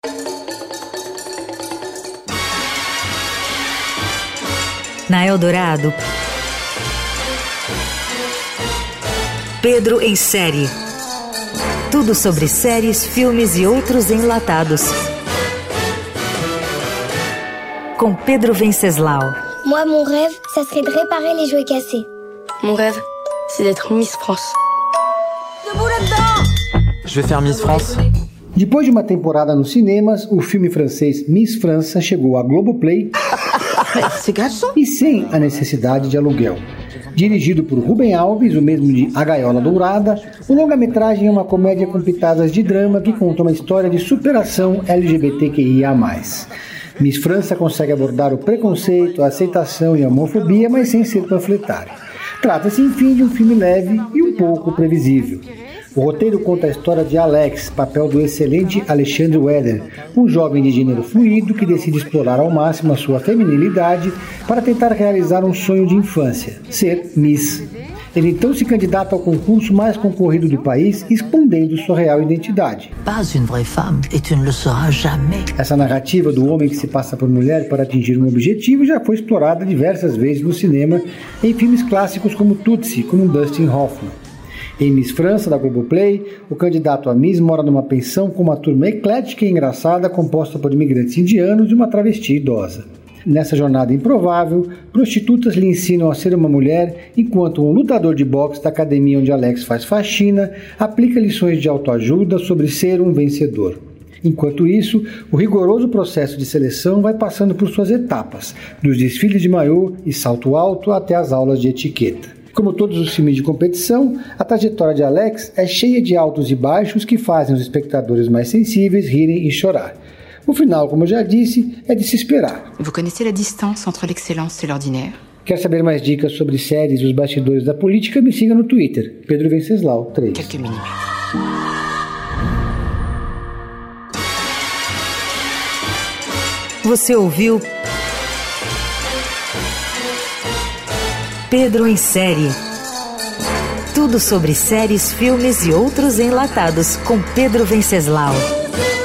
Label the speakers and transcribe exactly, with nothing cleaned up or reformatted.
Speaker 1: Na Eldorado, Pedro em Série. Tudo sobre séries, filmes e outros enlatados. Com Pedro Venceslau.
Speaker 2: Moi, mon rêve, ça serait de réparer les jouets cassés.
Speaker 3: Mon rêve, c'est d'être Miss France.
Speaker 2: Debout là-dedans!
Speaker 4: Je vais faire Miss France.
Speaker 5: Depois de uma temporada nos cinemas, o filme francês Miss França chegou à Globoplay e sem a necessidade de aluguel. Dirigido por Rubem Alves, o mesmo de A Gaiola Dourada, o longa-metragem é uma comédia com pitadas de drama que conta uma história de superação L G B T Q I A mais. Miss França consegue abordar o preconceito, a aceitação e a homofobia, mas sem ser panfletário. Trata-se, enfim, de um filme leve e um pouco previsível. O roteiro conta a história de Alex, papel do excelente Alexandre Weder, um jovem de gênero fluido que decide explorar ao máximo a sua feminilidade para tentar realizar um sonho de infância, ser Miss. Ele então se candidata ao concurso mais concorrido do país, escondendo sua real identidade.
Speaker 6: Pas une vraie femme, et tu ne le sauras jamais.
Speaker 5: Essa narrativa do homem que se passa por mulher para atingir um objetivo já foi explorada diversas vezes no cinema, em filmes clássicos como Tootsie, com Dustin Hoffman. Em Miss França, da Globoplay, o candidato a Miss mora numa pensão com uma turma eclética e engraçada composta por imigrantes indianos e uma travesti idosa. Nessa jornada improvável, prostitutas lhe ensinam a ser uma mulher, enquanto um lutador de boxe da academia onde Alex faz faxina aplica lições de autoajuda sobre ser um vencedor. Enquanto isso, o rigoroso processo de seleção vai passando por suas etapas, dos desfiles de maiô e salto alto até as aulas de etiqueta. Como todos os filmes de competição, a trajetória de Alex é cheia de altos e baixos que fazem os espectadores mais sensíveis rirem e chorar. O final, como eu já disse, é de se esperar.
Speaker 7: Vous connaissez la distance entre l'excellence et l'ordinaire?
Speaker 5: Quer saber mais dicas sobre séries e os bastidores da política? Me siga no Twitter, Pedro Venceslau três.
Speaker 7: Quelques minutes.
Speaker 1: Você ouviu Pedro em Série. Tudo sobre séries, filmes e outros enlatados com Pedro Venceslau.